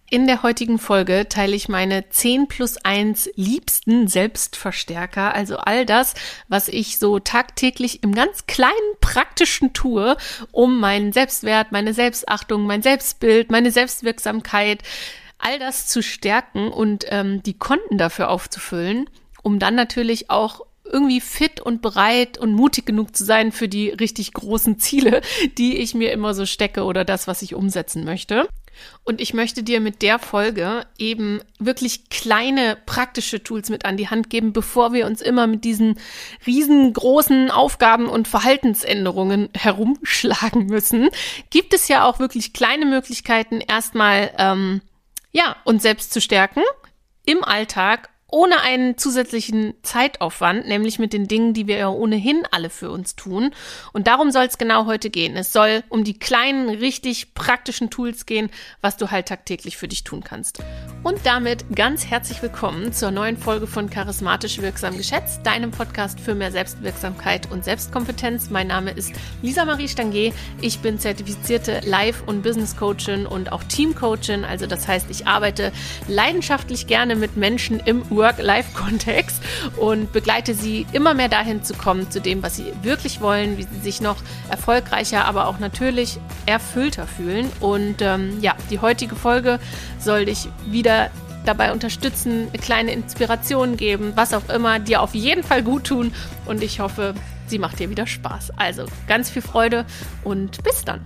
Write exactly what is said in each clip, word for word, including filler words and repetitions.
In der heutigen Folge teile ich meine zehn plus eins liebsten Selbstverstärker, also all das, was ich so tagtäglich im ganz kleinen Praktischen tue, um meinen Selbstwert, meine Selbstachtung, mein Selbstbild, meine Selbstwirksamkeit, all das zu stärken und ähm, die Konten dafür aufzufüllen, um dann natürlich auch irgendwie fit und bereit und mutig genug zu sein für die richtig großen Ziele, die ich mir immer so stecke oder das, was ich umsetzen möchte. Und ich möchte dir mit der Folge eben wirklich kleine praktische Tools mit an die Hand geben, bevor wir uns immer mit diesen riesengroßen Aufgaben und Verhaltensänderungen herumschlagen müssen. Gibt es ja auch wirklich kleine Möglichkeiten, erstmal ähm, ja, uns selbst zu stärken im Alltag, ohne einen zusätzlichen Zeitaufwand, nämlich mit den Dingen, die wir ja ohnehin alle für uns tun. Und darum soll es genau heute gehen. Es soll um die kleinen, richtig praktischen Tools gehen, was du halt tagtäglich für dich tun kannst. Und damit ganz herzlich willkommen zur neuen Folge von Charismatisch Wirksam Geschätzt, deinem Podcast für mehr Selbstwirksamkeit und Selbstkompetenz. Mein Name ist Lisa Marie Stange. Ich bin zertifizierte Life- und Business-Coachin und auch Team-Coachin. Also das heißt, ich arbeite leidenschaftlich gerne mit Menschen im Work-Life-Kontext und begleite sie immer mehr dahin zu kommen, zu dem, was sie wirklich wollen, wie sie sich noch erfolgreicher, aber auch natürlich erfüllter fühlen. Und ähm, ja, die heutige Folge soll dich wieder dabei unterstützen, eine kleine Inspiration geben, was auch immer, dir auf jeden Fall gut tun. Und ich hoffe, sie macht dir wieder Spaß. Also ganz viel Freude und bis dann.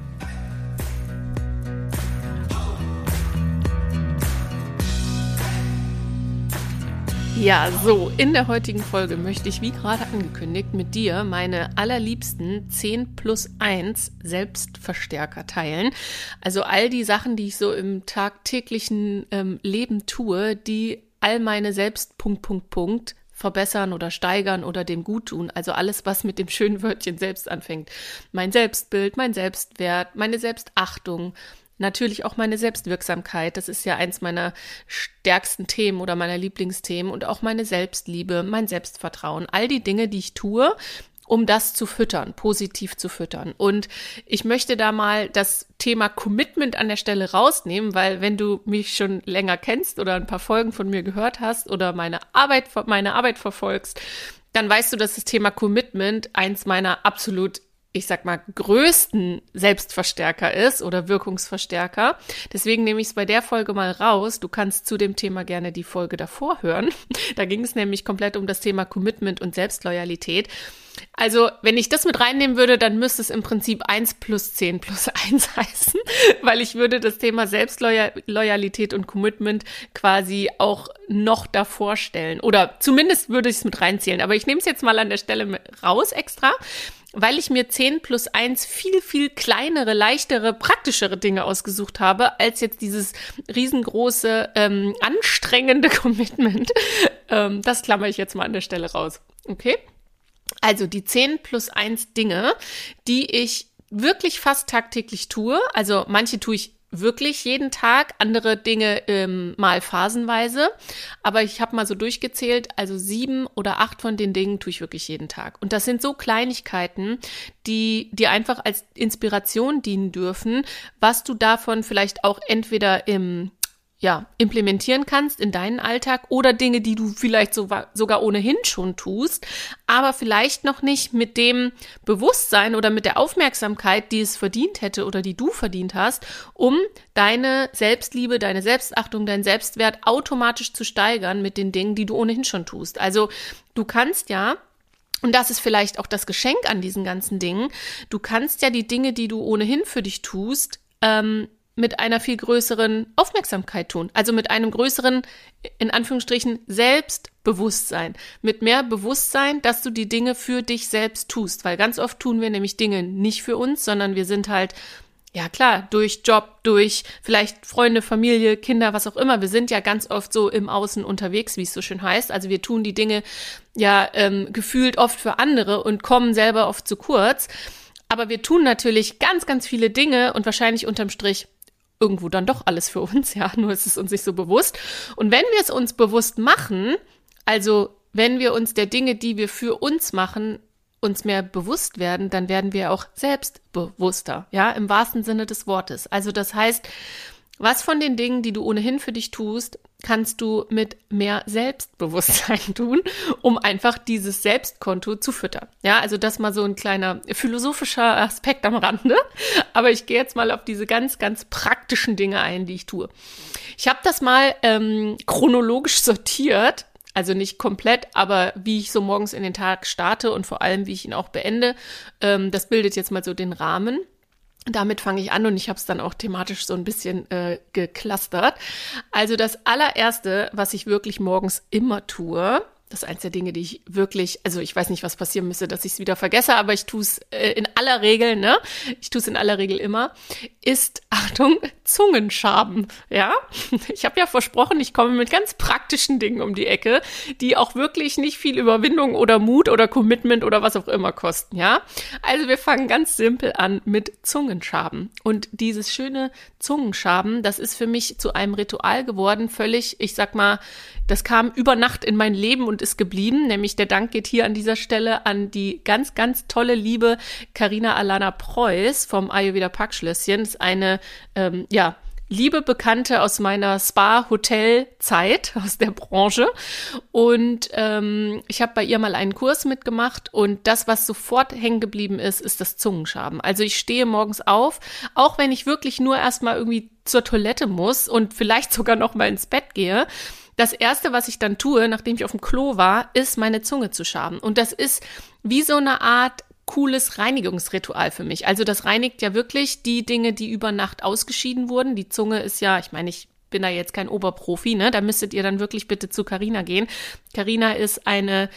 Ja, so, in der heutigen Folge möchte ich, wie gerade angekündigt, mit dir meine allerliebsten zehn plus eins Selbstverstärker teilen. Also all die Sachen, die ich so im tagtäglichen ähm, Leben tue, die all meine Selbst Punkt, Punkt, Punkt verbessern oder steigern oder dem gut tun. Also alles, was mit dem schönen Wörtchen selbst anfängt. Mein Selbstbild, mein Selbstwert, meine Selbstachtung, natürlich auch meine Selbstwirksamkeit, das ist ja eins meiner stärksten Themen oder meiner Lieblingsthemen und auch meine Selbstliebe, mein Selbstvertrauen, all die Dinge, die ich tue, um das zu füttern, positiv zu füttern. Und ich möchte da mal das Thema Commitment an der Stelle rausnehmen, weil wenn du mich schon länger kennst oder ein paar Folgen von mir gehört hast oder meine Arbeit, meine Arbeit verfolgst, dann weißt du, dass das Thema Commitment eins meiner absolut ich sag mal, größten Selbstverstärker ist oder Wirkungsverstärker. Deswegen nehme ich es bei der Folge mal raus. Du kannst zu dem Thema gerne die Folge davor hören. Da ging es nämlich komplett um das Thema Commitment und Selbstloyalität. Also, wenn ich das mit reinnehmen würde, dann müsste es im Prinzip eins plus zehn plus eins heißen, weil ich würde das Thema Selbstloyalität und Commitment quasi auch noch davor stellen. Oder zumindest würde ich es mit reinzählen. Aber ich nehme es jetzt mal an der Stelle raus extra, weil ich mir zehn plus eins viel, viel kleinere, leichtere, praktischere Dinge ausgesucht habe, als jetzt dieses riesengroße, ähm, anstrengende Commitment. Ähm, das klammere ich jetzt mal an der Stelle raus. Okay? Also die zehn plus eins Dinge, die ich wirklich fast tagtäglich tue. Also manche tue ich wirklich jeden Tag, andere Dinge ähm, mal phasenweise. Aber ich habe mal so durchgezählt, also sieben oder acht von den Dingen tue ich wirklich jeden Tag. Und das sind so Kleinigkeiten, die dir einfach als Inspiration dienen dürfen, was du davon vielleicht auch entweder im ja, implementieren kannst in deinen Alltag oder Dinge, die du vielleicht so, sogar ohnehin schon tust, aber vielleicht noch nicht mit dem Bewusstsein oder mit der Aufmerksamkeit, die es verdient hätte oder die du verdient hast, um deine Selbstliebe, deine Selbstachtung, deinen Selbstwert automatisch zu steigern mit den Dingen, die du ohnehin schon tust. Also du kannst ja, und das ist vielleicht auch das Geschenk an diesen ganzen Dingen, du kannst ja die Dinge, die du ohnehin für dich tust, ähm, mit einer viel größeren Aufmerksamkeit tun. Also mit einem größeren, in Anführungsstrichen, Selbstbewusstsein. Mit mehr Bewusstsein, dass du die Dinge für dich selbst tust. Weil ganz oft tun wir nämlich Dinge nicht für uns, sondern wir sind halt, ja klar, durch Job, durch vielleicht Freunde, Familie, Kinder, was auch immer. Wir sind ja ganz oft so im Außen unterwegs, wie es so schön heißt. Also wir tun die Dinge ja ähm, gefühlt oft für andere und kommen selber oft zu kurz. Aber wir tun natürlich ganz, ganz viele Dinge und wahrscheinlich unterm Strich irgendwo dann doch alles für uns, ja, nur ist es uns nicht so bewusst. Und wenn wir es uns bewusst machen, also wenn wir uns der Dinge, die wir für uns machen, uns mehr bewusst werden, dann werden wir auch selbstbewusster, ja, im wahrsten Sinne des Wortes. Also das heißt, Was von den Dingen, die du ohnehin für dich tust, kannst du mit mehr Selbstbewusstsein tun, um einfach dieses Selbstkonto zu füttern? Ja, also das mal so ein kleiner philosophischer Aspekt am Rande. Aber ich gehe jetzt mal auf diese ganz, ganz praktischen Dinge ein, die ich tue. Ich habe das mal ähm, chronologisch sortiert. Also nicht komplett, aber wie ich so morgens in den Tag starte und vor allem, wie ich ihn auch beende. Ähm, das bildet jetzt mal so den Rahmen. Damit fange ich an und ich habe es dann auch thematisch so ein bisschen äh, geclustert. Also das allererste, was ich wirklich morgens immer tue, das ist eins der Dinge, die ich wirklich, also ich weiß nicht, was passieren müsste, dass ich es wieder vergesse, aber ich tue es äh, in aller Regel, ne? Ich tue es in aller Regel immer, ist, Achtung, Zungenschaben, ja? Ich habe ja versprochen, ich komme mit ganz praktischen Dingen um die Ecke, die auch wirklich nicht viel Überwindung oder Mut oder Commitment oder was auch immer kosten, ja? Also wir fangen ganz simpel an mit Zungenschaben. Und dieses schöne Zungenschaben, das ist für mich zu einem Ritual geworden, völlig, ich sag mal, das kam über Nacht in mein Leben und ist geblieben, nämlich der Dank geht hier an dieser Stelle an die ganz, ganz tolle, liebe Carina Alana Preuß vom Ayurveda Parkschlösschen. Das ist eine, ähm, ja, liebe Bekannte aus meiner Spa-Hotel-Zeit, aus der Branche. Und ähm, ich habe bei ihr mal einen Kurs mitgemacht und das, was sofort hängen geblieben ist, ist das Zungenschaben. Also ich stehe morgens auf, auch wenn ich wirklich nur erstmal irgendwie zur Toilette muss und vielleicht sogar noch mal ins Bett gehe. Das Erste, was ich dann tue, nachdem ich auf dem Klo war, ist, meine Zunge zu schaben. Und das ist wie so eine Art cooles Reinigungsritual für mich. Also das reinigt ja wirklich die Dinge, die über Nacht ausgeschieden wurden. Die Zunge ist ja, ich meine, ich bin da jetzt kein Oberprofi, ne? Da müsstet ihr dann wirklich bitte zu Carina gehen. Carina ist eine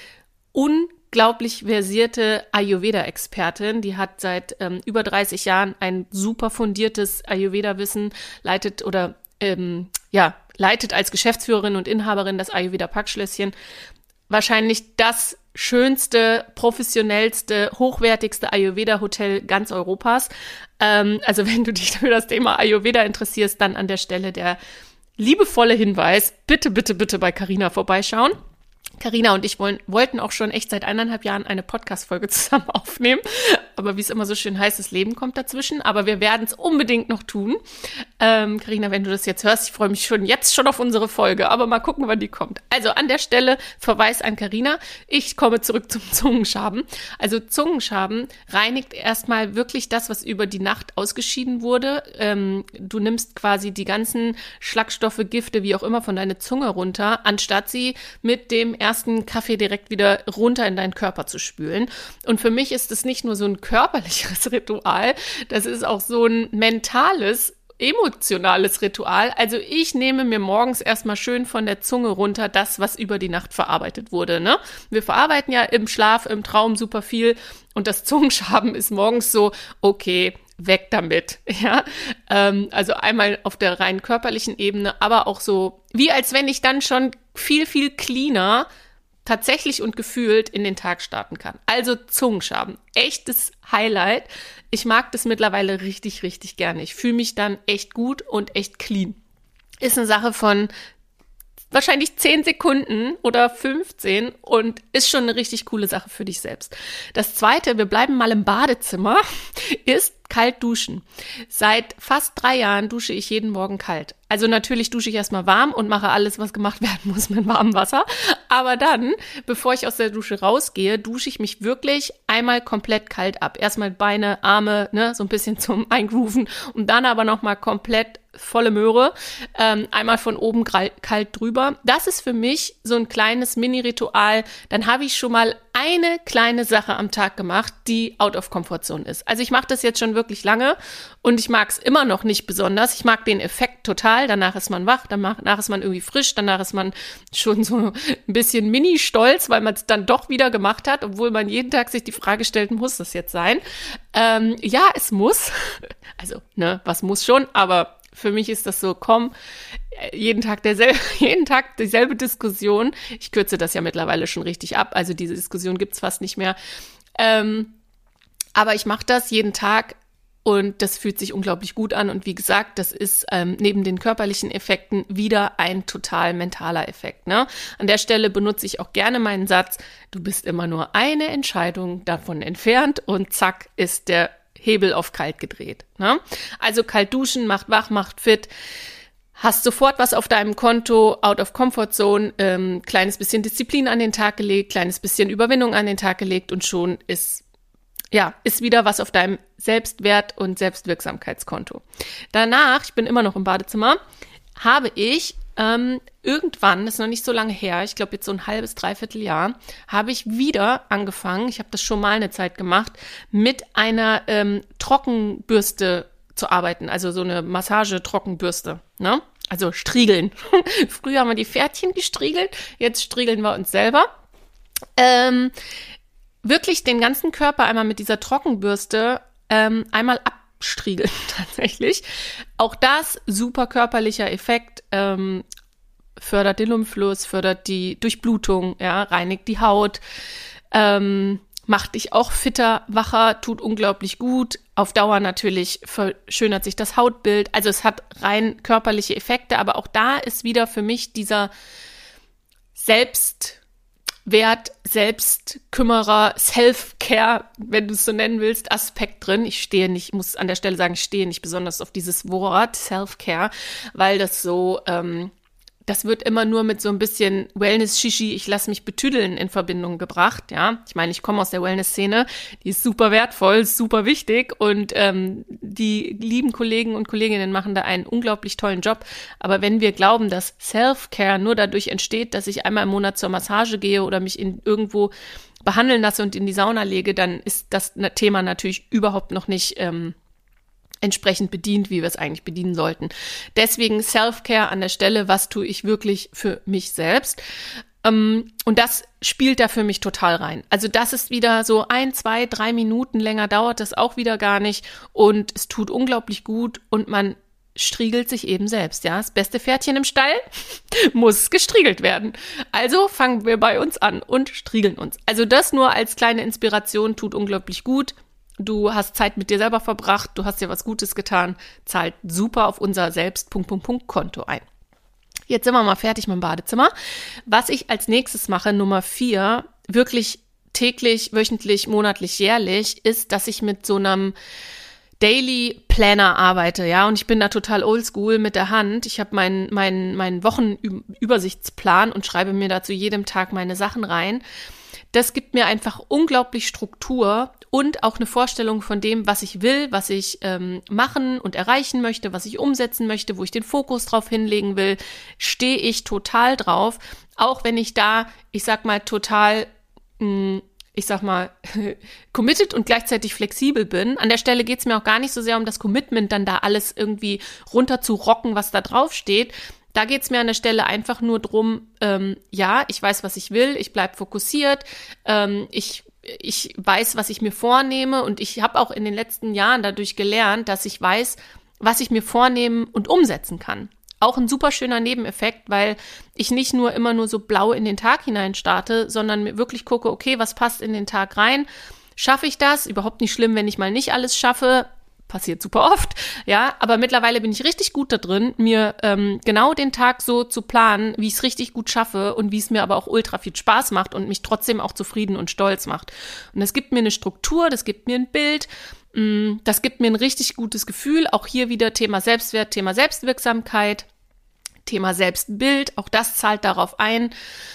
unglaublich versierte Ayurveda-Expertin. Die hat seit ähm, über dreißig Jahren ein super fundiertes Ayurveda-Wissen, leitet oder ähm, ja, leitet als Geschäftsführerin und Inhaberin das Ayurveda Parkschlösschen. Wahrscheinlich das schönste, professionellste, hochwertigste Ayurveda-Hotel ganz Europas. Ähm, also wenn du dich für das Thema Ayurveda interessierst, dann an der Stelle der liebevolle Hinweis, bitte, bitte, bitte bei Carina vorbeischauen. Carina und ich wollen, wollten auch schon echt seit eineinhalb Jahren eine Podcast-Folge zusammen aufnehmen. Aber wie es immer so schön heißt, das Leben kommt dazwischen. Aber wir werden es unbedingt noch tun. Ähm, Carina, wenn du das jetzt hörst, ich freue mich schon jetzt schon auf unsere Folge. Aber mal gucken, wann die kommt. Also an der Stelle Verweis an Carina. Ich komme zurück zum Zungenschaben. Also Zungenschaben reinigt erstmal wirklich das, was über die Nacht ausgeschieden wurde. Ähm, du nimmst quasi die ganzen Schlagstoffe, Gifte, wie auch immer, von deiner Zunge runter, anstatt sie mit dem ersten Kaffee direkt wieder runter in deinen Körper zu spülen. Und für mich ist es nicht nur so ein körperliches Ritual, das ist auch so ein mentales, emotionales Ritual. Also ich nehme mir morgens erstmal schön von der Zunge runter das, was über die Nacht verarbeitet wurde. Ne? Wir verarbeiten ja im Schlaf, im Traum super viel und das Zungenschaben ist morgens so, okay, weg damit, ja, ähm, also einmal auf der rein körperlichen Ebene, aber auch so, wie als wenn ich dann schon viel, viel cleaner tatsächlich und gefühlt in den Tag starten kann. Also Zungenschaben, echtes Highlight. Ich mag das mittlerweile richtig, richtig gerne. Ich fühle mich dann echt gut und echt clean. Ist eine Sache von wahrscheinlich zehn Sekunden oder fünfzehn und ist schon eine richtig coole Sache für dich selbst. Das Zweite, wir bleiben mal im Badezimmer, ist kalt duschen. Seit fast drei Jahren dusche ich jeden Morgen kalt. Also natürlich dusche ich erstmal warm und mache alles, was gemacht werden muss mit warmem Wasser. Aber dann, bevor ich aus der Dusche rausgehe, dusche ich mich wirklich einmal komplett kalt ab. Erstmal Beine, Arme, ne, so ein bisschen zum Eingrooven und dann aber nochmal komplett volle Möhre, ähm, einmal von oben kalt drüber. Das ist für mich so ein kleines Mini-Ritual. Dann habe ich schon mal eine kleine Sache am Tag gemacht, die out of comfort zone ist. Also ich mache das jetzt schon wirklich lange und ich mag es immer noch nicht besonders. Ich mag den Effekt total. Danach ist man wach, danach ist man irgendwie frisch, danach ist man schon so ein bisschen mini-stolz, weil man es dann doch wieder gemacht hat, obwohl man jeden Tag sich die Frage stellt, muss das jetzt sein? Ähm, ja, es muss. Also, ne, was muss schon, aber für mich ist das so, komm, jeden Tag derselbe, jeden Tag dieselbe Diskussion. Ich kürze das ja mittlerweile schon richtig ab, also diese Diskussion gibt's fast nicht mehr. Ähm, aber ich mache das jeden Tag und das fühlt sich unglaublich gut an. Und wie gesagt, das ist ähm, neben den körperlichen Effekten wieder ein total mentaler Effekt. Ne? An der Stelle benutze ich auch gerne meinen Satz, du bist immer nur eine Entscheidung davon entfernt und zack ist der Hebel auf kalt gedreht. Ne? Also kalt duschen, macht wach, macht fit. Hast sofort was auf deinem Konto, out of comfort zone, ähm, kleines bisschen Disziplin an den Tag gelegt, kleines bisschen Überwindung an den Tag gelegt und schon ist, ja, ist wieder was auf deinem Selbstwert- und Selbstwirksamkeitskonto. Danach, ich bin immer noch im Badezimmer, habe ich ähm, irgendwann, das ist noch nicht so lange her, ich glaube jetzt so ein halbes, dreiviertel Jahr, habe ich wieder angefangen, ich habe das schon mal eine Zeit gemacht, mit einer ähm, Trockenbürste zu arbeiten, also so eine Massage-Trockenbürste, ne? Also striegeln. Früher haben wir die Pferdchen gestriegelt, jetzt striegeln wir uns selber. Ähm, wirklich den ganzen Körper einmal mit dieser Trockenbürste ähm, einmal abstriegeln tatsächlich. Auch das super körperlicher Effekt, ähm, fördert den Lymphfluss, fördert die Durchblutung, ja, reinigt die Haut, ähm, macht dich auch fitter, wacher, tut unglaublich gut. Auf Dauer natürlich verschönert sich das Hautbild. Also es hat rein körperliche Effekte, aber auch da ist wieder für mich dieser Selbstwert, Selbstkümmerer, Self-Care, wenn du es so nennen willst, Aspekt drin. Ich stehe nicht, ich muss an der Stelle sagen, ich stehe nicht besonders auf dieses Wort Self-Care, weil das so, ähm, das wird immer nur mit so ein bisschen Wellness-Shishi, ich lasse mich betüdeln in Verbindung gebracht, ja. Ich meine, ich komme aus der Wellness-Szene, die ist super wertvoll, super wichtig und ähm, die lieben Kollegen und Kolleginnen machen da einen unglaublich tollen Job. Aber wenn wir glauben, dass Self-Care nur dadurch entsteht, dass ich einmal im Monat zur Massage gehe oder mich in irgendwo behandeln lasse und in die Sauna lege, dann ist das Thema natürlich überhaupt noch nicht ähm, entsprechend bedient, wie wir es eigentlich bedienen sollten. Deswegen Self-Care an der Stelle, was tue ich wirklich für mich selbst? Ähm, und das spielt da für mich total rein. Also das ist wieder so ein, zwei, drei Minuten länger dauert das auch wieder gar nicht und es tut unglaublich gut und man striegelt sich eben selbst. Ja, das beste Pferdchen im Stall muss gestriegelt werden. Also fangen wir bei uns an und striegeln uns. Also das nur als kleine Inspiration tut unglaublich gut. Du hast Zeit mit dir selber verbracht, du hast dir was Gutes getan, zahlt super auf unser Selbst-Konto ein. Jetzt sind wir mal fertig mit dem Badezimmer. Was ich als nächstes mache, Nummer vier, wirklich täglich, wöchentlich, monatlich, jährlich, ist, dass ich mit so einem Daily Planner arbeite, ja, und ich bin da total oldschool mit der Hand. Ich habe meinen meinen meinen Wochenübersichtsplan und schreibe mir da zu jedem Tag meine Sachen rein. Das gibt mir einfach unglaublich Struktur und auch eine Vorstellung von dem, was ich will, was ich ähm, machen und erreichen möchte, was ich umsetzen möchte, wo ich den Fokus drauf hinlegen will, stehe ich total drauf. Auch wenn ich da, ich sag mal, total, mh, ich sag mal, committed und gleichzeitig flexibel bin. An der Stelle geht es mir auch gar nicht so sehr um das Commitment, dann da alles irgendwie runter zu rocken, was da drauf steht. Da geht es mir an der Stelle einfach nur drum, ähm, ja, ich weiß, was ich will, ich bleib fokussiert, ähm, ich, ich weiß, was ich mir vornehme und ich habe auch in den letzten Jahren dadurch gelernt, dass ich weiß, was ich mir vornehmen und umsetzen kann. Auch ein super schöner Nebeneffekt, weil ich nicht nur immer nur so blau in den Tag hinein starte, sondern mir wirklich gucke, okay, was passt in den Tag rein? Schaffe ich das? Überhaupt nicht schlimm, wenn ich mal nicht alles schaffe. Passiert super oft, ja, aber mittlerweile bin ich richtig gut da drin, mir ähm, genau den Tag so zu planen, wie ich es richtig gut schaffe und wie es mir aber auch ultra viel Spaß macht und mich trotzdem auch zufrieden und stolz macht. Und das gibt mir eine Struktur, das gibt mir ein Bild, mh, das gibt mir ein richtig gutes Gefühl. Auch hier wieder Thema Selbstwert, Thema Selbstwirksamkeit, Thema Selbstbild, auch das zahlt darauf ein.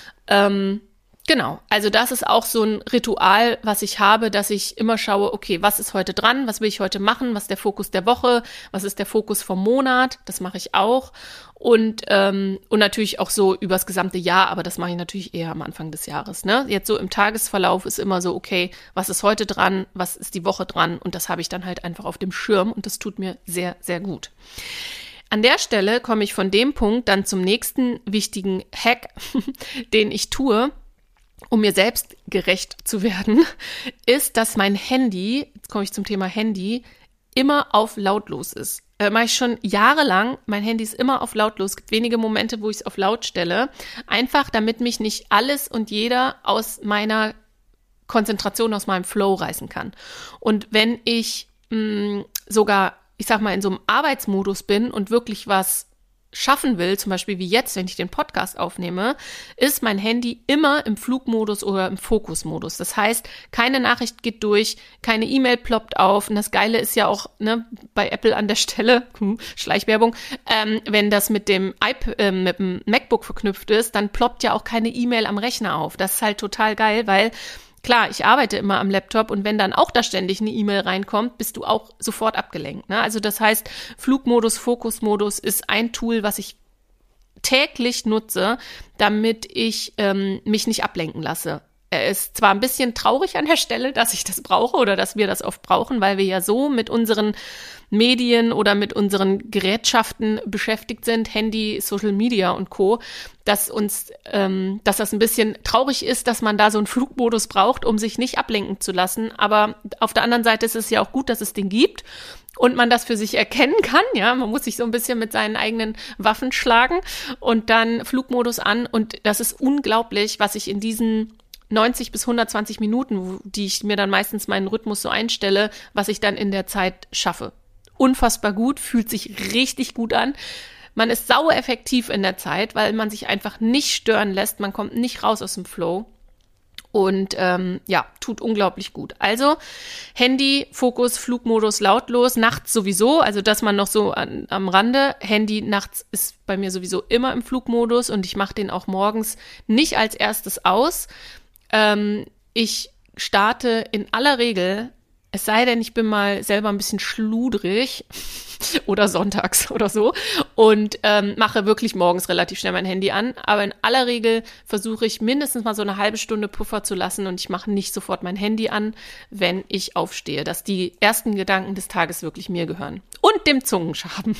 Ähm, Genau, also das ist auch so ein Ritual, was ich habe, dass ich immer schaue, okay, was ist heute dran, was will ich heute machen, was ist der Fokus der Woche, was ist der Fokus vom Monat, das mache ich auch und ähm, und natürlich auch so übers gesamte Jahr, aber das mache ich natürlich eher am Anfang des Jahres, ne? Jetzt so im Tagesverlauf ist immer so, okay, was ist heute dran, was ist die Woche dran und das habe ich dann halt einfach auf dem Schirm und das tut mir sehr, sehr gut. An der Stelle komme ich von dem Punkt dann zum nächsten wichtigen Hack, den ich tue, um mir selbst gerecht zu werden, ist, dass mein Handy, jetzt komme ich zum Thema Handy, immer auf lautlos ist. Äh, mache ich schon jahrelang, mein Handy ist immer auf lautlos. Es gibt wenige Momente, wo ich es auf laut stelle. Einfach, damit mich nicht alles und jeder aus meiner Konzentration, aus meinem Flow reißen kann. Und wenn ich mh, sogar, ich sag mal, in so einem Arbeitsmodus bin und wirklich was schaffen will, zum Beispiel wie jetzt, wenn ich den Podcast aufnehme, ist mein Handy immer im Flugmodus oder im Fokusmodus. Das heißt, keine Nachricht geht durch, keine E-Mail ploppt auf. Und das Geile ist ja auch, ne, bei Apple an der Stelle, hm, Schleichwerbung, ähm, wenn das mit dem, iP- äh, mit dem MacBook verknüpft ist, dann ploppt ja auch keine E-Mail am Rechner auf. Das ist halt total geil, weil klar, ich arbeite immer am Laptop und wenn dann auch da ständig eine E-Mail reinkommt, bist du auch sofort abgelenkt. Ne? Also das heißt, Flugmodus, Fokusmodus ist ein Tool, was ich täglich nutze, damit ich ähm, mich nicht ablenken lasse. Er ist zwar ein bisschen traurig an der Stelle, dass ich das brauche oder dass wir das oft brauchen, weil wir ja so mit unseren Medien oder mit unseren Gerätschaften beschäftigt sind, Handy, Social Media und Co., dass uns, ähm, dass das ein bisschen traurig ist, dass man da so einen Flugmodus braucht, um sich nicht ablenken zu lassen. Aber auf der anderen Seite ist es ja auch gut, dass es den gibt und man das für sich erkennen kann. Ja, man muss sich so ein bisschen mit seinen eigenen Waffen schlagen und dann Flugmodus an. Und das ist unglaublich, was ich in diesen neunzig bis hundertzwanzig Minuten, die ich mir dann meistens meinen Rhythmus so einstelle, was ich dann in der Zeit schaffe. Unfassbar gut, fühlt sich richtig gut an. Man ist sau effektiv in der Zeit, weil man sich einfach nicht stören lässt. Man kommt nicht raus aus dem Flow. Und ähm, ja, tut unglaublich gut. Also Handy, Fokus, Flugmodus, lautlos, nachts sowieso. Also dass man noch so an, am Rande. Handy nachts ist bei mir sowieso immer im Flugmodus und ich mache den auch morgens nicht als erstes aus. Ähm, ich starte in aller Regel, es sei denn, ich bin mal selber ein bisschen schludrig oder sonntags oder so und ähm, mache wirklich morgens relativ schnell mein Handy an. Aber in aller Regel versuche ich mindestens mal so eine halbe Stunde Puffer zu lassen und ich mache nicht sofort mein Handy an, wenn ich aufstehe, dass die ersten Gedanken des Tages wirklich mir gehören. Und dem Zungenschaben.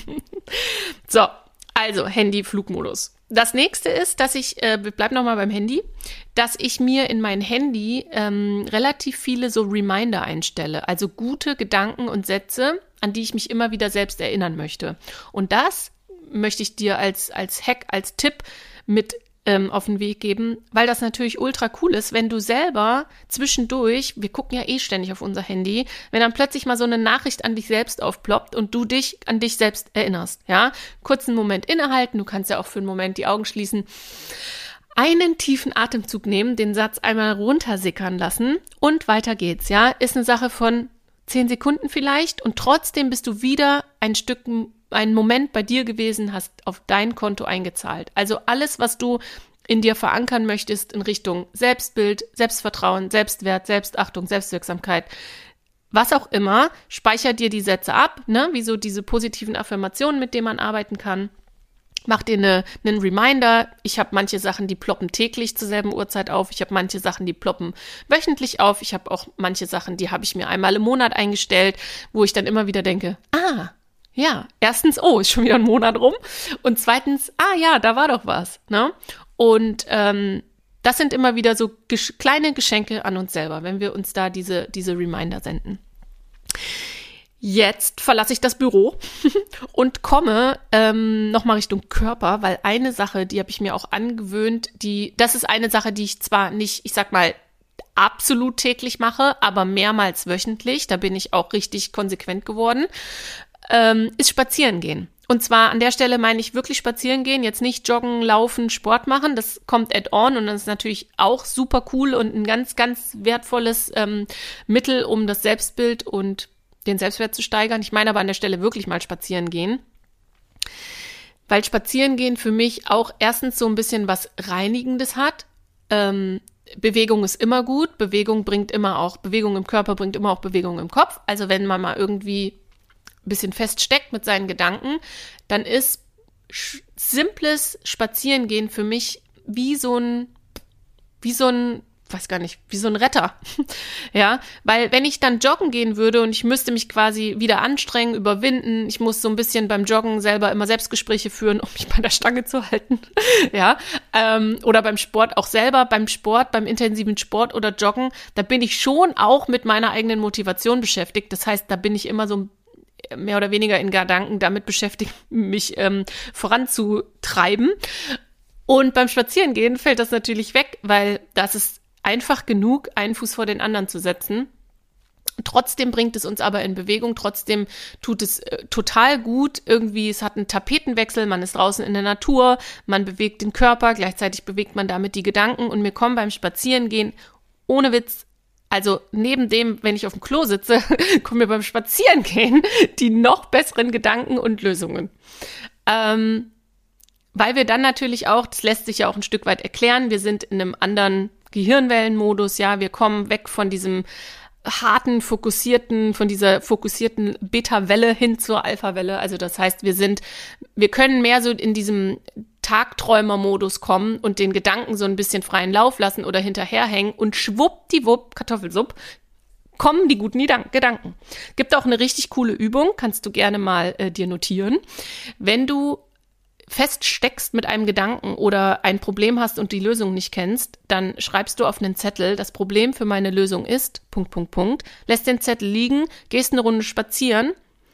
So, also Handy, Flugmodus. Das nächste ist, dass ich, äh, bleib nochmal beim Handy, dass ich mir in mein Handy ähm, relativ viele so Reminder einstelle, also gute Gedanken und Sätze, an die ich mich immer wieder selbst erinnern möchte. Und das möchte ich dir als, als Hack, als Tipp mit ähm, auf den Weg geben, weil das natürlich ultra cool ist, wenn du selber zwischendurch, wir gucken ja eh ständig auf unser Handy, wenn dann plötzlich mal so eine Nachricht an dich selbst aufploppt und du dich an dich selbst erinnerst, ja, kurzen Moment innehalten, du kannst ja auch für einen Moment die Augen schließen, einen tiefen Atemzug nehmen, den Satz einmal runtersickern lassen und weiter geht's, ja, ist eine Sache von zehn Sekunden vielleicht und trotzdem bist du wieder ein Stück einen Moment bei dir gewesen, hast auf dein Konto eingezahlt. Also alles, was du in dir verankern möchtest in Richtung Selbstbild, Selbstvertrauen, Selbstwert, Selbstachtung, Selbstwirksamkeit, was auch immer, speicher dir die Sätze ab, ne? Wie so diese positiven Affirmationen, mit denen man arbeiten kann. Mach dir eine, einen Reminder. Ich habe manche Sachen, die ploppen täglich zur selben Uhrzeit auf. Ich habe manche Sachen, die ploppen wöchentlich auf. Ich habe auch manche Sachen, die habe ich mir einmal im Monat eingestellt, wo ich dann immer wieder denke, ah, ja, erstens, oh, ist schon wieder ein Monat rum. Und zweitens, ah ja, da war doch was. Ne? Und ähm, das sind immer wieder so gesch- kleine Geschenke an uns selber, wenn wir uns da diese, diese Reminder senden. Jetzt verlasse ich das Büro und komme ähm, nochmal Richtung Körper, weil eine Sache, die habe ich mir auch angewöhnt, die, das ist eine Sache, die ich zwar nicht, ich sag mal, absolut täglich mache, aber mehrmals wöchentlich, da bin ich auch richtig konsequent geworden, ähm, ist spazieren gehen. Und zwar an der Stelle meine ich wirklich spazieren gehen, jetzt nicht joggen, laufen, Sport machen, das kommt add-on und das ist natürlich auch super cool und ein ganz, ganz wertvolles ähm, Mittel, um das Selbstbild und den Selbstwert zu steigern. Ich meine aber an der Stelle wirklich mal spazieren gehen, weil spazieren gehen für mich auch erstens so ein bisschen was Reinigendes hat. Ähm, Bewegung ist immer gut, Bewegung bringt immer auch, Bewegung im Körper bringt immer auch Bewegung im Kopf. Also wenn man mal irgendwie ein bisschen feststeckt mit seinen Gedanken, dann ist sch- simples Spazierengehen für mich wie so ein, wie so ein, weiß gar nicht, wie so ein Retter. Ja, weil wenn ich dann joggen gehen würde und ich müsste mich quasi wieder anstrengen, überwinden, ich muss so ein bisschen beim Joggen selber immer Selbstgespräche führen, um mich bei der Stange zu halten. Ja, ähm, oder beim Sport auch selber, beim Sport, beim intensiven Sport oder Joggen, da bin ich schon auch mit meiner eigenen Motivation beschäftigt. Das heißt, da bin ich immer so mehr oder weniger in Gedanken damit beschäftigt, mich ähm, voranzutreiben. Und beim Spazierengehen fällt das natürlich weg, weil das ist einfach genug, einen Fuß vor den anderen zu setzen. Trotzdem bringt es uns aber in Bewegung, trotzdem tut es äh, total gut. Irgendwie, es hat einen Tapetenwechsel, man ist draußen in der Natur, man bewegt den Körper, gleichzeitig bewegt man damit die Gedanken und mir kommen beim Spazierengehen, ohne Witz, also neben dem, wenn ich auf dem Klo sitze, kommen mir beim Spazierengehen die noch besseren Gedanken und Lösungen. Ähm, weil wir dann natürlich auch, das lässt sich ja auch ein Stück weit erklären, wir sind in einem anderen Gehirnwellenmodus, ja, wir kommen weg von diesem harten, fokussierten, von dieser fokussierten Beta-Welle hin zur Alpha-Welle. Also das heißt, wir sind, wir können mehr so in diesem Tagträumer-Modus kommen und den Gedanken so ein bisschen freien Lauf lassen oder hinterherhängen und schwuppdiwupp, Kartoffelsupp, kommen die guten Gedanken. Gibt auch eine richtig coole Übung, kannst du gerne mal äh, dir notieren. Wenn du feststeckst mit einem Gedanken oder ein Problem hast und die Lösung nicht kennst, dann schreibst du auf einen Zettel, das Problem für meine Lösung ist, Punkt, Punkt, Punkt, lässt den Zettel liegen, gehst eine Runde spazieren,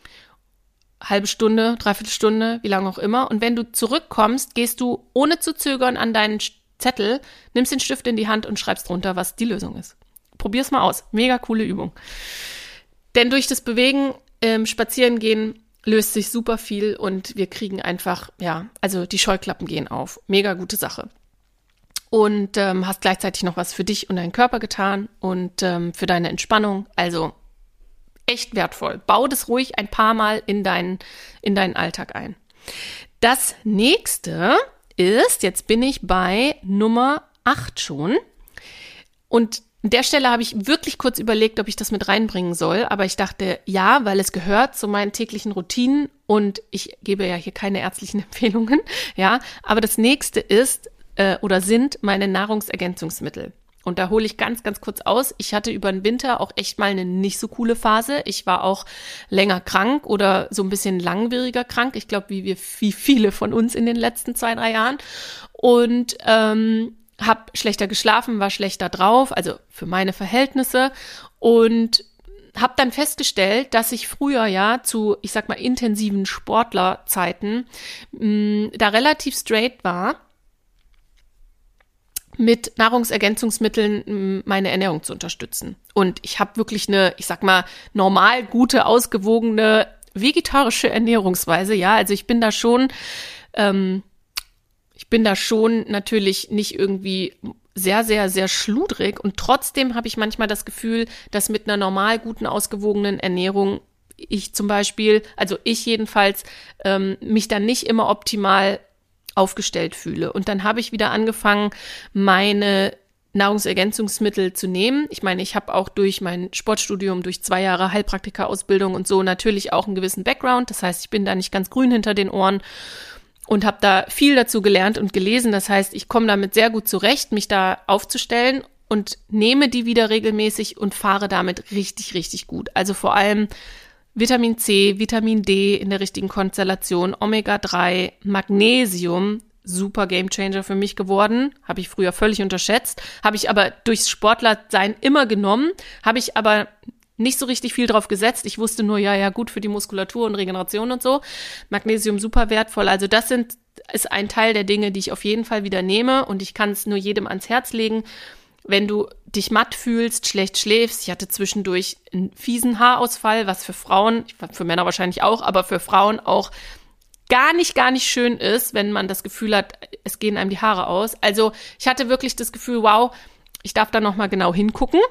halbe Stunde, dreiviertel Stunde, wie lange auch immer, und wenn du zurückkommst, gehst du ohne zu zögern an deinen Zettel, nimmst den Stift in die Hand und schreibst drunter, was die Lösung ist. Probier's mal aus. Mega coole Übung. Denn durch das Bewegen, ähm, Spazierengehen, löst sich super viel und wir kriegen einfach, ja, also die Scheuklappen gehen auf. Mega gute Sache. Und ähm, hast gleichzeitig noch was für dich und deinen Körper getan und ähm, für deine Entspannung. Also echt wertvoll. Bau das ruhig ein paar Mal in deinen, in deinen Alltag ein. Das nächste ist, jetzt bin ich bei Nummer acht schon. Und an der Stelle habe ich wirklich kurz überlegt, ob ich das mit reinbringen soll, aber ich dachte, ja, weil es gehört zu meinen täglichen Routinen und ich gebe ja hier keine ärztlichen Empfehlungen, ja, aber das nächste ist äh, oder sind meine Nahrungsergänzungsmittel. Und da hole ich ganz, ganz kurz aus. Ich hatte über den Winter auch echt mal eine nicht so coole Phase. Ich war auch länger krank oder so ein bisschen langwieriger krank. Ich glaube, wie wir, wie viele von uns in den letzten zwei, drei Jahren. Und ähm, habe schlechter geschlafen, war schlechter drauf, also für meine Verhältnisse und habe dann festgestellt, dass ich früher ja zu, ich sag mal, intensiven Sportlerzeiten mh, da relativ straight war, mit Nahrungsergänzungsmitteln meine Ernährung zu unterstützen. Und ich habe wirklich eine, ich sag mal, normal gute, ausgewogene vegetarische Ernährungsweise, ja, also ich bin da schon ähm, Ich bin da schon natürlich nicht irgendwie sehr, sehr, sehr schludrig und trotzdem habe ich manchmal das Gefühl, dass mit einer normal guten, ausgewogenen Ernährung ich zum Beispiel, also ich jedenfalls, ähm, mich dann nicht immer optimal aufgestellt fühle. Und dann habe ich wieder angefangen, meine Nahrungsergänzungsmittel zu nehmen. Ich meine, ich habe auch durch mein Sportstudium, durch zwei Jahre Heilpraktika-Ausbildung und so natürlich auch einen gewissen Background. Das heißt, ich bin da nicht ganz grün hinter den Ohren. Und habe da viel dazu gelernt und gelesen. Das heißt, ich komme damit sehr gut zurecht, mich da aufzustellen und nehme die wieder regelmäßig und fahre damit richtig, richtig gut. Also vor allem Vitamin C, Vitamin D in der richtigen Konstellation, Omega drei, Magnesium, super Gamechanger für mich geworden. Habe ich früher völlig unterschätzt. Habe ich aber durchs Sportlersein immer genommen, habe ich aber nicht so richtig viel drauf gesetzt. Ich wusste nur, ja, ja, gut für die Muskulatur und Regeneration und so. Magnesium super wertvoll. Also das sind, ist ein Teil der Dinge, die ich auf jeden Fall wieder nehme und ich kann es nur jedem ans Herz legen. Wenn du dich matt fühlst, schlecht schläfst, ich hatte zwischendurch einen fiesen Haarausfall, was für Frauen, für Männer wahrscheinlich auch, aber für Frauen auch gar nicht, gar nicht schön ist, wenn man das Gefühl hat, es gehen einem die Haare aus. Also ich hatte wirklich das Gefühl, wow, ich darf da nochmal genau hingucken.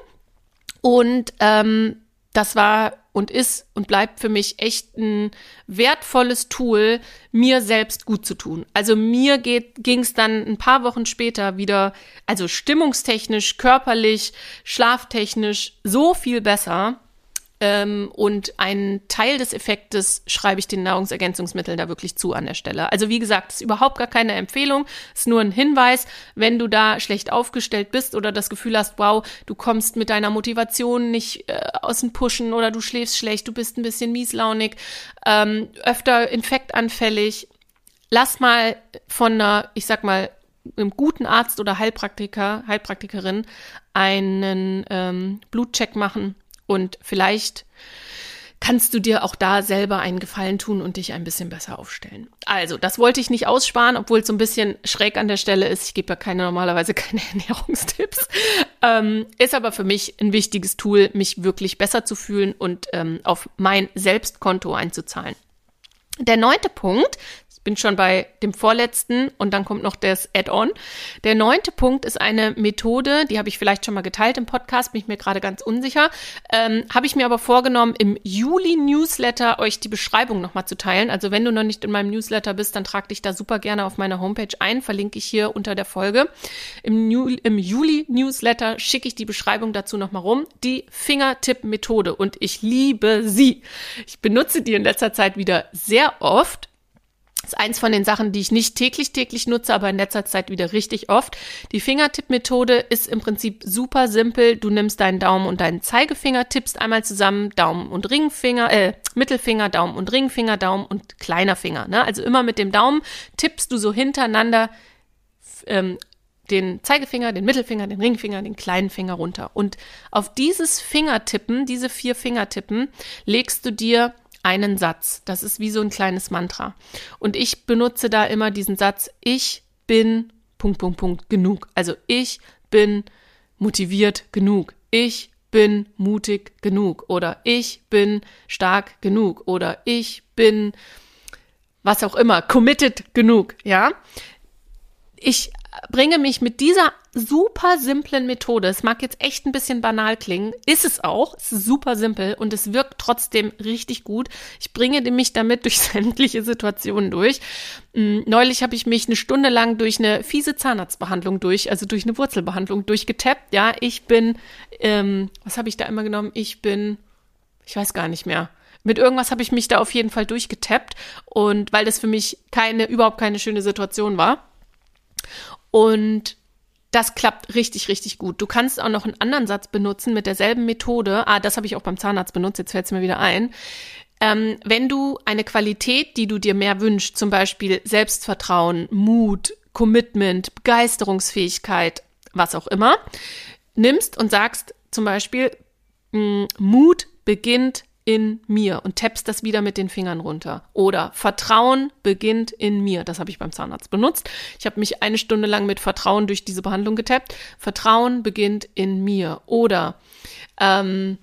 Und ähm, das war und ist und bleibt für mich echt ein wertvolles Tool, mir selbst gut zu tun. Also mir ging es dann ein paar Wochen später wieder, also stimmungstechnisch, körperlich, schlaftechnisch so viel besser. Ähm, und einen Teil des Effektes schreibe ich den Nahrungsergänzungsmitteln da wirklich zu an der Stelle. Also wie gesagt, ist überhaupt gar keine Empfehlung, ist nur ein Hinweis, wenn du da schlecht aufgestellt bist oder das Gefühl hast, wow, du kommst mit deiner Motivation nicht äh, aus dem Pushen oder du schläfst schlecht, du bist ein bisschen mieslaunig, ähm, öfter infektanfällig, lass mal von einer, ich sag mal, einem guten Arzt oder Heilpraktiker, Heilpraktikerin einen ähm, Blutcheck machen. Und vielleicht kannst du dir auch da selber einen Gefallen tun und dich ein bisschen besser aufstellen. Also, das wollte ich nicht aussparen, obwohl es so ein bisschen schräg an der Stelle ist. Ich gebe ja keine, normalerweise keine Ernährungstipps. Ähm, ist aber für mich ein wichtiges Tool, mich wirklich besser zu fühlen und ähm, auf mein Selbstkonto einzuzahlen. Der neunte Punkt, ich bin schon bei dem vorletzten und dann kommt noch das Add-on. Der neunte Punkt ist eine Methode, die habe ich vielleicht schon mal geteilt im Podcast, bin ich mir gerade ganz unsicher. Ähm, habe ich mir aber vorgenommen, im Juli-Newsletter euch die Beschreibung nochmal zu teilen. Also wenn du noch nicht in meinem Newsletter bist, dann trag dich da super gerne auf meiner Homepage ein, verlinke ich hier unter der Folge. Im, New- im Juli-Newsletter schicke ich die Beschreibung dazu nochmal rum. Die Fingertipp-Methode und ich liebe sie. Ich benutze die in letzter Zeit wieder sehr oft. Das ist eins von den Sachen, die ich nicht täglich täglich nutze, aber in letzter Zeit wieder richtig oft. Die Fingertipp-Methode ist im Prinzip super simpel. Du nimmst deinen Daumen und deinen Zeigefinger, tippst einmal zusammen Daumen und Ringfinger, äh, Mittelfinger, Daumen und Ringfinger, Daumen und kleiner Finger. Ne? Also immer mit dem Daumen tippst du so hintereinander ähm, den Zeigefinger, den Mittelfinger, den Ringfinger, den kleinen Finger runter. Und auf dieses Fingertippen, diese vier Fingertippen, legst du dir einen Satz. Das ist wie so ein kleines Mantra. Und ich benutze da immer diesen Satz, ich bin Punkt, Punkt, Punkt genug. Also ich bin motiviert genug. Ich bin mutig genug. Oder ich bin stark genug. Oder ich bin was auch immer, committed genug. Ja? Ich bringe mich mit dieser super simplen Methode, es mag jetzt echt ein bisschen banal klingen, ist es auch, es ist super simpel und es wirkt trotzdem richtig gut. Ich bringe mich damit durch sämtliche Situationen durch. Neulich habe ich mich eine Stunde lang durch eine fiese Zahnarztbehandlung durch, also durch eine Wurzelbehandlung durchgetappt. Ja, ich bin, ähm, was habe ich da immer genommen? Ich bin, ich weiß gar nicht mehr. Mit irgendwas habe ich mich da auf jeden Fall durchgetappt und weil das für mich keine, überhaupt keine schöne Situation war. Und das klappt richtig, richtig gut. Du kannst auch noch einen anderen Satz benutzen mit derselben Methode. Ah, das habe ich auch beim Zahnarzt benutzt, jetzt fällt es mir wieder ein. Ähm, wenn du eine Qualität, die du dir mehr wünschst, zum Beispiel Selbstvertrauen, Mut, Commitment, Begeisterungsfähigkeit, was auch immer, nimmst und sagst zum Beispiel, mh, Mut beginnt in mir und tappst das wieder mit den Fingern runter. Oder Vertrauen beginnt in mir. Das habe ich beim Zahnarzt benutzt. Ich habe mich eine Stunde lang mit Vertrauen durch diese Behandlung getappt. Vertrauen beginnt in mir. Oder ähm,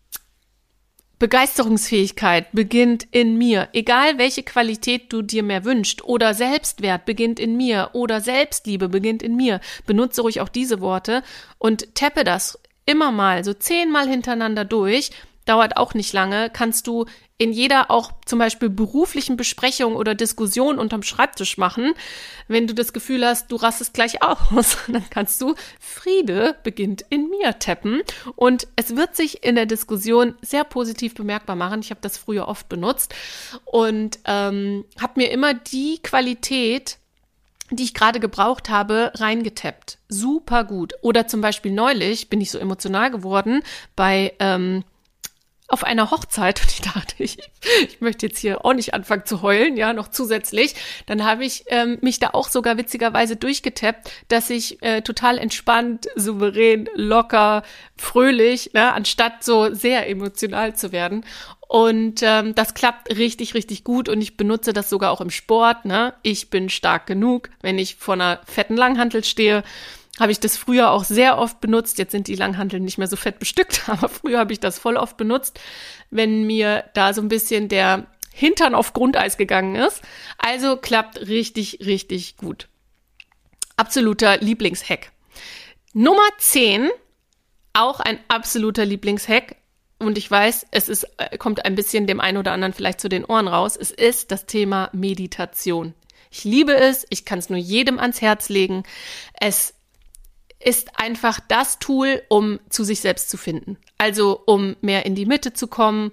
Begeisterungsfähigkeit beginnt in mir. Egal, welche Qualität du dir mehr wünschst. Oder Selbstwert beginnt in mir. Oder Selbstliebe beginnt in mir. Benutze ruhig auch diese Worte und tappe das immer mal, so zehnmal hintereinander durch. Dauert auch nicht lange, kannst du in jeder auch zum Beispiel beruflichen Besprechung oder Diskussion unterm Schreibtisch machen. Wenn du das Gefühl hast, du rastest gleich aus, dann kannst du Friede beginnt in mir tappen und es wird sich in der Diskussion sehr positiv bemerkbar machen. Ich habe das früher oft benutzt und ähm, habe mir immer die Qualität, die ich gerade gebraucht habe, reingetappt. Super gut. Oder zum Beispiel neulich bin ich so emotional geworden bei ähm, auf einer Hochzeit und ich dachte, ich, ich möchte jetzt hier auch nicht anfangen zu heulen, ja, noch zusätzlich. Dann habe ich ähm, mich da auch sogar witzigerweise durchgetappt, dass ich äh, total entspannt, souverän, locker, fröhlich, ne, anstatt so sehr emotional zu werden. Und ähm, das klappt richtig, richtig gut und ich benutze das sogar auch im Sport, ne. Ich bin stark genug, wenn ich vor einer fetten Langhantel stehe. Habe ich das früher auch sehr oft benutzt. Jetzt sind die Langhanteln nicht mehr so fett bestückt, aber früher habe ich das voll oft benutzt, wenn mir da so ein bisschen der Hintern auf Grundeis gegangen ist. Also klappt richtig, richtig gut. Absoluter Lieblingshack. Nummer zehn, auch ein absoluter Lieblingshack. Und ich weiß, es ist, kommt ein bisschen dem einen oder anderen vielleicht zu den Ohren raus. Es ist das Thema Meditation. Ich liebe es. Ich kann es nur jedem ans Herz legen. Es ist einfach das Tool, um zu sich selbst zu finden. Also um mehr in die Mitte zu kommen,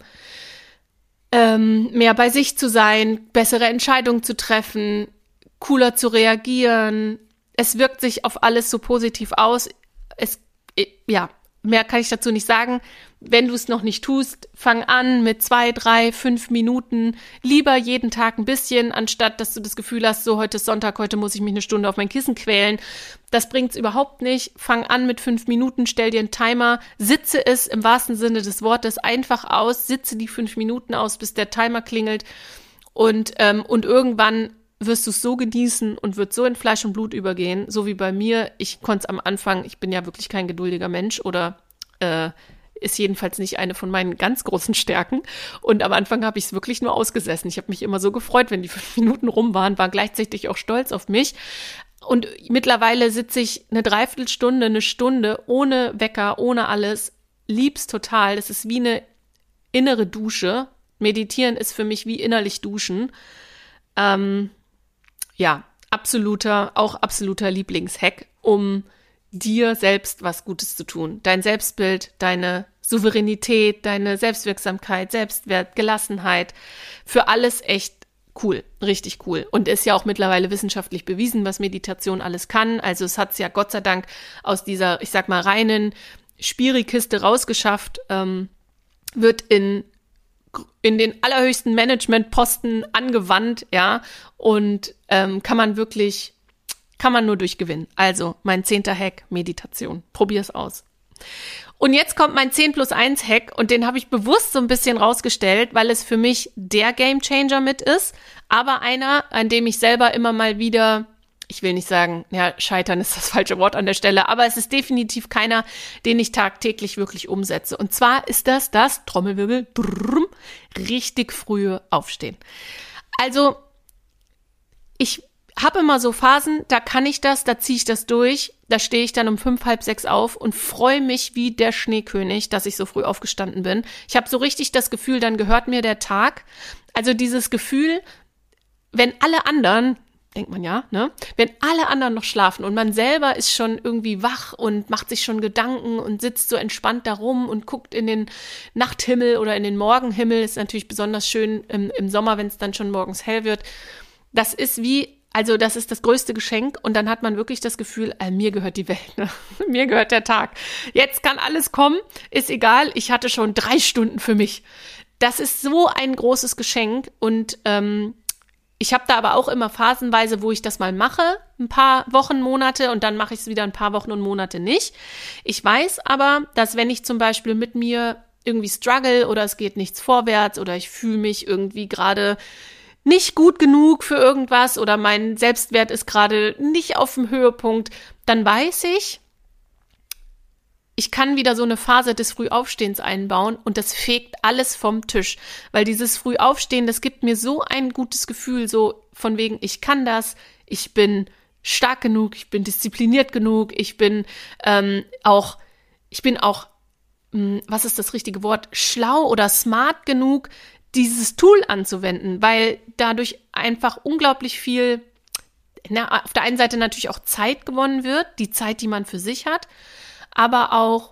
ähm, mehr bei sich zu sein, bessere Entscheidungen zu treffen, cooler zu reagieren. Es wirkt sich auf alles so positiv aus. Es, ja, mehr kann ich dazu nicht sagen. Wenn du es noch nicht tust, fang an mit zwei, drei, fünf Minuten. Lieber jeden Tag ein bisschen, anstatt dass du das Gefühl hast, so heute ist Sonntag, heute muss ich mich eine Stunde auf mein Kissen quälen. Das bringt's überhaupt nicht. Fang an mit fünf Minuten, stell dir einen Timer, sitze es im wahrsten Sinne des Wortes einfach aus, sitze die fünf Minuten aus, bis der Timer klingelt und, ähm, und irgendwann wirst du es so genießen und wird so in Fleisch und Blut übergehen, so wie bei mir. Ich konnte es am Anfang, ich bin ja wirklich kein geduldiger Mensch oder äh, ist jedenfalls nicht eine von meinen ganz großen Stärken. Und am Anfang habe ich es wirklich nur ausgesessen. Ich habe mich immer so gefreut, wenn die fünf Minuten rum waren, war gleichzeitig auch stolz auf mich. Und mittlerweile sitze ich eine Dreiviertelstunde, eine Stunde ohne Wecker, ohne alles, lieb's total. Das ist wie eine innere Dusche. Meditieren ist für mich wie innerlich duschen. Ähm, ja, absoluter, auch absoluter Lieblingshack, um dir selbst was Gutes zu tun. Dein Selbstbild, deine Souveränität, deine Selbstwirksamkeit, Selbstwert, Gelassenheit, für alles echt cool, richtig cool. Und ist ja auch mittlerweile wissenschaftlich bewiesen, was Meditation alles kann. Also es hat es ja Gott sei Dank aus dieser, ich sag mal, reinen Spirikiste rausgeschafft, ähm, wird in in den allerhöchsten Managementposten angewandt, ja, und ähm, kann man wirklich, kann man nur durchgewinnen. Also mein zehnter Hack, Meditation. Probier's aus. Und jetzt kommt mein zehn plus eins Hack und den habe ich bewusst so ein bisschen rausgestellt, weil es für mich der Gamechanger mit ist, aber einer, an dem ich selber immer mal wieder, ich will nicht sagen, ja, scheitern ist das falsche Wort an der Stelle, aber es ist definitiv keiner, den ich tagtäglich wirklich umsetze. Und zwar ist das das, Trommelwirbel, brrrr, richtig frühe Aufstehen. Also, ich habe immer so Phasen, da kann ich das, da ziehe ich das durch, da stehe ich dann um fünf, halb sechs auf und freue mich wie der Schneekönig, dass ich so früh aufgestanden bin. Ich habe so richtig das Gefühl, dann gehört mir der Tag. Also dieses Gefühl, wenn alle anderen, denkt man ja, ne? Wenn alle anderen noch schlafen und man selber ist schon irgendwie wach und macht sich schon Gedanken und sitzt so entspannt da rum und guckt in den Nachthimmel oder in den Morgenhimmel, ist natürlich besonders schön im, im Sommer, wenn es dann schon morgens hell wird. Das ist wie, also das ist das größte Geschenk und dann hat man wirklich das Gefühl, äh, mir gehört die Welt, ne? Mir gehört der Tag. Jetzt kann alles kommen, ist egal, ich hatte schon drei Stunden für mich. Das ist so ein großes Geschenk und ähm, ich habe da aber auch immer phasenweise, wo ich das mal mache, ein paar Wochen, Monate und dann mache ich es wieder ein paar Wochen und Monate nicht. Ich weiß aber, dass wenn ich zum Beispiel mit mir irgendwie struggle oder es geht nichts vorwärts oder ich fühle mich irgendwie gerade nicht gut genug für irgendwas oder mein Selbstwert ist gerade nicht auf dem Höhepunkt, dann weiß ich, ich kann wieder so eine Phase des Frühaufstehens einbauen und das fegt alles vom Tisch, weil dieses Frühaufstehen, das gibt mir so ein gutes Gefühl, so von wegen, ich kann das, ich bin stark genug, ich bin diszipliniert genug, ich bin ähm, auch, ich bin auch, mh, was ist das richtige Wort, schlau oder smart genug, dieses Tool anzuwenden, weil dadurch einfach unglaublich viel, na, auf der einen Seite natürlich auch Zeit gewonnen wird, die Zeit, die man für sich hat, aber auch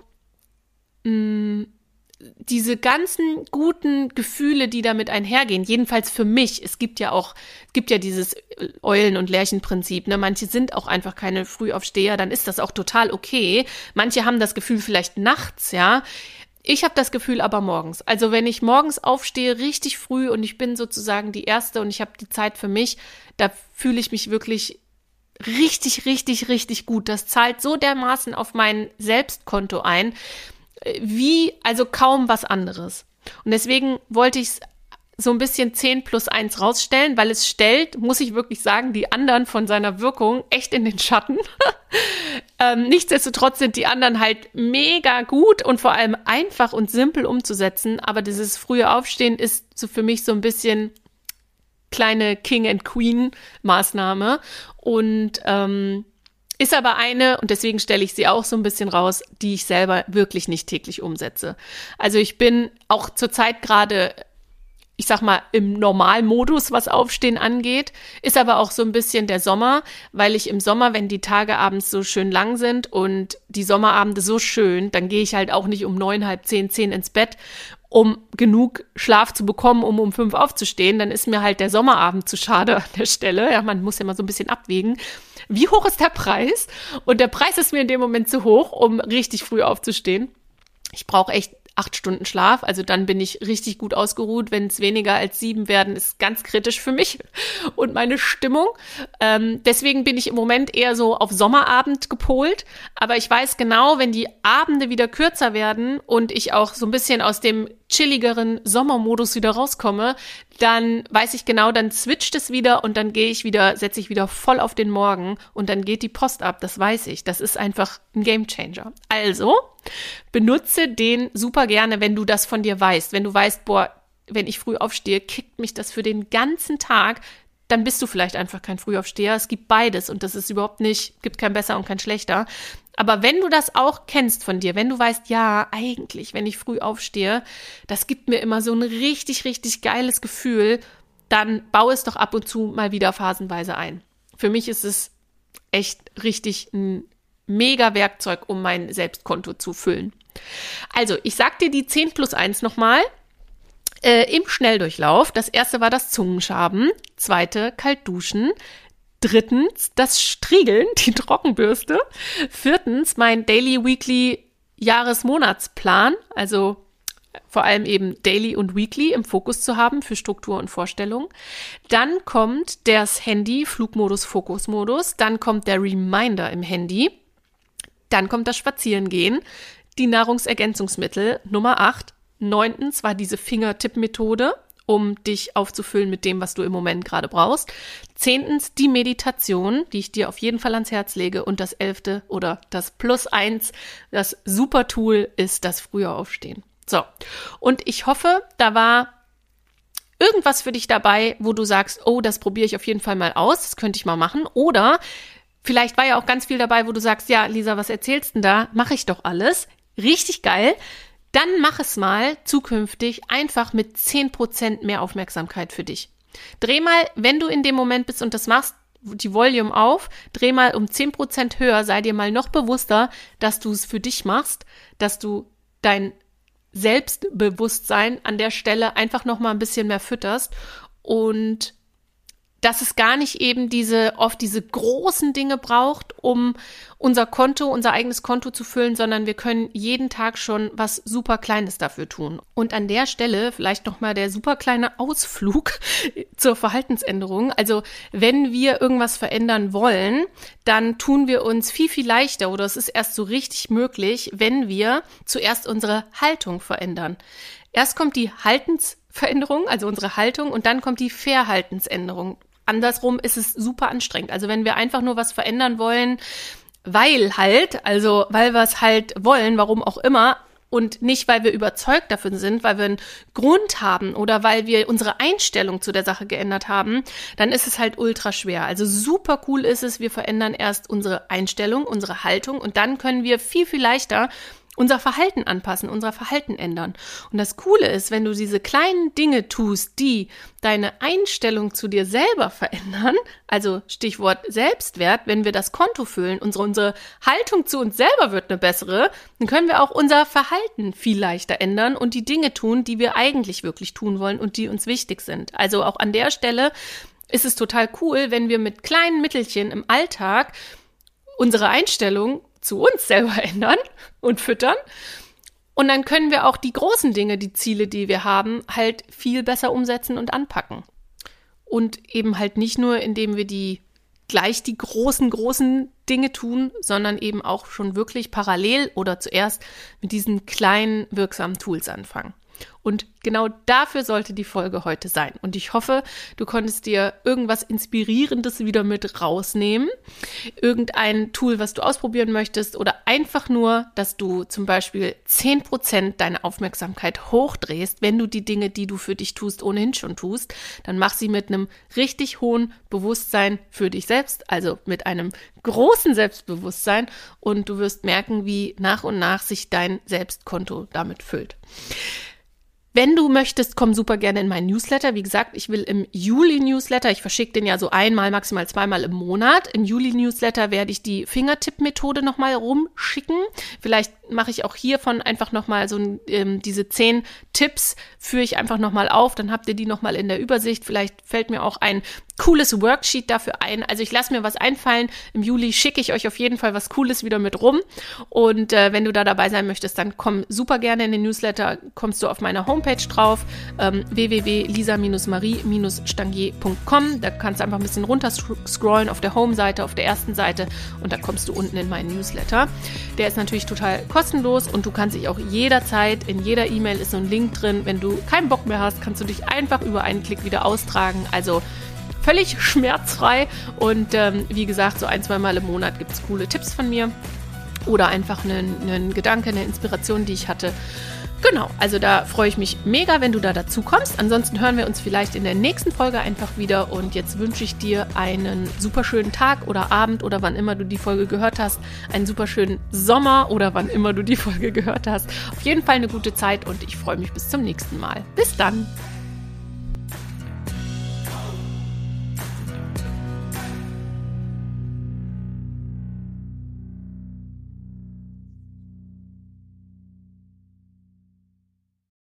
mh, diese ganzen guten Gefühle, die damit einhergehen, jedenfalls für mich, es gibt ja auch, es gibt ja dieses Eulen- und Lerchenprinzip, ne? Manche sind auch einfach keine Frühaufsteher, dann ist das auch total okay. Manche haben das Gefühl vielleicht nachts, ja. Ich habe das Gefühl aber morgens. Also wenn ich morgens aufstehe, richtig früh und ich bin sozusagen die Erste und ich habe die Zeit für mich, da fühle ich mich wirklich richtig, richtig, richtig gut. Das zahlt so dermaßen auf mein Selbstkonto ein, wie also kaum was anderes. Und deswegen wollte ich es so ein bisschen zehn plus eins rausstellen, weil es stellt, muss ich wirklich sagen, die anderen von seiner Wirkung echt in den Schatten. ähm, nichtsdestotrotz sind die anderen halt mega gut und vor allem einfach und simpel umzusetzen. Aber dieses frühe Aufstehen ist so für mich so ein bisschen kleine King and Queen Maßnahme und ähm, ist aber eine, und deswegen stelle ich sie auch so ein bisschen raus, die ich selber wirklich nicht täglich umsetze. Also ich bin auch zurzeit gerade, ich sag mal, im Normalmodus, was Aufstehen angeht, ist aber auch so ein bisschen der Sommer, weil ich im Sommer, wenn die Tage abends so schön lang sind und die Sommerabende so schön, dann gehe ich halt auch nicht um neun, halb zehn, zehn ins Bett, um genug Schlaf zu bekommen, um um fünf aufzustehen. Dann ist mir halt der Sommerabend zu schade an der Stelle. Ja, man muss ja mal so ein bisschen abwägen. Wie hoch ist der Preis? Und der Preis ist mir in dem Moment zu hoch, um richtig früh aufzustehen. Ich brauche echt acht Stunden Schlaf, also dann bin ich richtig gut ausgeruht. Wenn es weniger als sieben werden, ist ganz kritisch für mich und meine Stimmung. Ähm, deswegen bin ich im Moment eher so auf Sommerabend gepolt. Aber ich weiß genau, wenn die Abende wieder kürzer werden und ich auch so ein bisschen aus dem chilligeren Sommermodus wieder rauskomme, dann weiß ich genau, dann switcht es wieder und dann gehe ich wieder, setze ich wieder voll auf den Morgen und dann geht die Post ab, das weiß ich. Das ist einfach ein Gamechanger. Also, benutze den super gerne, wenn du das von dir weißt. Wenn du weißt, boah, wenn ich früh aufstehe, kickt mich das für den ganzen Tag, dann bist du vielleicht einfach kein Frühaufsteher. Es gibt beides und das ist überhaupt nicht, gibt kein besser und kein schlechter. Aber wenn du das auch kennst von dir, wenn du weißt, ja, eigentlich, wenn ich früh aufstehe, das gibt mir immer so ein richtig, richtig geiles Gefühl, dann baue es doch ab und zu mal wieder phasenweise ein. Für mich ist es echt richtig ein mega Werkzeug, um mein Selbstkonto zu füllen. Also, ich sag dir die zehn plus eins nochmal. Äh, im Schnelldurchlauf. Das erste war das Zungenschaben, zweite kalt duschen, drittens das Striegeln, die Trockenbürste, viertens mein Daily, Weekly, Jahres-Monatsplan, also vor allem eben Daily und Weekly im Fokus zu haben für Struktur und Vorstellung. Dann kommt das Handy, Flugmodus, Fokusmodus, dann kommt der Reminder im Handy, dann kommt das Spazierengehen, die Nahrungsergänzungsmittel Nummer acht, neuntens war diese Fingertipp-Methode, um dich aufzufüllen mit dem, was du im Moment gerade brauchst. Zehntens die Meditation, die ich dir auf jeden Fall ans Herz lege. Und das elfte oder das Plus eins, das Super-Tool ist das frühe Aufstehen. So, und ich hoffe, da war irgendwas für dich dabei, wo du sagst, oh, das probiere ich auf jeden Fall mal aus, das könnte ich mal machen. Oder vielleicht war ja auch ganz viel dabei, wo du sagst, ja, Lisa, was erzählst denn da? Mache ich doch alles. Richtig geil. Dann mach es mal zukünftig einfach mit zehn Prozent mehr Aufmerksamkeit für dich. Dreh mal, wenn du in dem Moment bist und das machst, die Volume auf, dreh mal um zehn Prozent höher, sei dir mal noch bewusster, dass du es für dich machst, dass du dein Selbstbewusstsein an der Stelle einfach noch mal ein bisschen mehr fütterst und dass es gar nicht eben diese, oft diese großen Dinge braucht, um unser Konto, unser eigenes Konto zu füllen, sondern wir können jeden Tag schon was super Kleines dafür tun. Und an der Stelle vielleicht nochmal der super kleine Ausflug zur Verhaltensänderung. Also wenn wir irgendwas verändern wollen, dann tun wir uns viel, viel leichter oder es ist erst so richtig möglich, wenn wir zuerst unsere Haltung verändern. Erst kommt die Haltensveränderung, also unsere Haltung, und dann kommt die Verhaltensänderung. Andersrum ist es super anstrengend. Also wenn wir einfach nur was verändern wollen, weil halt, also weil wir es halt wollen, warum auch immer, und nicht, weil wir überzeugt davon sind, weil wir einen Grund haben oder weil wir unsere Einstellung zu der Sache geändert haben, dann ist es halt ultra schwer. Also super cool ist es, wir verändern erst unsere Einstellung, unsere Haltung und dann können wir viel, viel leichter unser Verhalten anpassen, unser Verhalten ändern. Und das Coole ist, wenn du diese kleinen Dinge tust, die deine Einstellung zu dir selber verändern, also Stichwort Selbstwert, wenn wir das Konto füllen, unsere, unsere Haltung zu uns selber wird eine bessere, dann können wir auch unser Verhalten viel leichter ändern und die Dinge tun, die wir eigentlich wirklich tun wollen und die uns wichtig sind. Also auch an der Stelle ist es total cool, wenn wir mit kleinen Mittelchen im Alltag unsere Einstellung zu uns selber ändern und füttern. Und dann können wir auch die großen Dinge, die Ziele, die wir haben, halt viel besser umsetzen und anpacken. Und eben halt nicht nur, indem wir die gleich die großen, großen Dinge tun, sondern eben auch schon wirklich parallel oder zuerst mit diesen kleinen, wirksamen Tools anfangen. Und genau dafür sollte die Folge heute sein. Und ich hoffe, du konntest dir irgendwas Inspirierendes wieder mit rausnehmen. Irgendein Tool, was du ausprobieren möchtest oder einfach nur, dass du zum Beispiel zehn Prozent deine Aufmerksamkeit hochdrehst, wenn du die Dinge, die du für dich tust, ohnehin schon tust. Dann mach sie mit einem richtig hohen Bewusstsein für dich selbst, also mit einem großen Selbstbewusstsein und du wirst merken, wie nach und nach sich dein Selbstkonto damit füllt. Wenn du möchtest, komm super gerne in meinen Newsletter. Wie gesagt, ich will im Juli-Newsletter, ich verschicke den ja so einmal, maximal zweimal im Monat. Im Juli-Newsletter werde ich die Fingertipp-Methode nochmal rumschicken. Vielleicht mache ich auch hiervon einfach nochmal so ähm, diese zehn Tipps führe ich einfach nochmal auf, dann habt ihr die nochmal in der Übersicht. Vielleicht fällt mir auch ein cooles Worksheet dafür ein. Also ich lasse mir was einfallen. Im Juli schicke ich euch auf jeden Fall was Cooles wieder mit rum. Und äh, wenn du da dabei sein möchtest, dann komm super gerne in den Newsletter. Kommst du auf meiner Homepage drauf, ähm, w w w punkt lisa marie stangier punkt com. Da kannst du einfach ein bisschen runter scrollen auf der Home-Seite, auf der ersten Seite und da kommst du unten in meinen Newsletter. Der ist natürlich total kostenlos und du kannst dich auch jederzeit, in jeder E-Mail ist so ein Link drin. Wenn du keinen Bock mehr hast, kannst du dich einfach über einen Klick wieder austragen. Also völlig schmerzfrei und ähm, wie gesagt, so ein, zwei Mal im Monat gibt es coole Tipps von mir oder einfach einen, einen Gedanke, eine Inspiration, die ich hatte. Genau, also da freue ich mich mega, wenn du da dazu kommst. Ansonsten hören wir uns vielleicht in der nächsten Folge einfach wieder und jetzt wünsche ich dir einen super schönen Tag oder Abend oder wann immer du die Folge gehört hast, einen super schönen Sommer oder wann immer du die Folge gehört hast. Auf jeden Fall eine gute Zeit und ich freue mich bis zum nächsten Mal. Bis dann!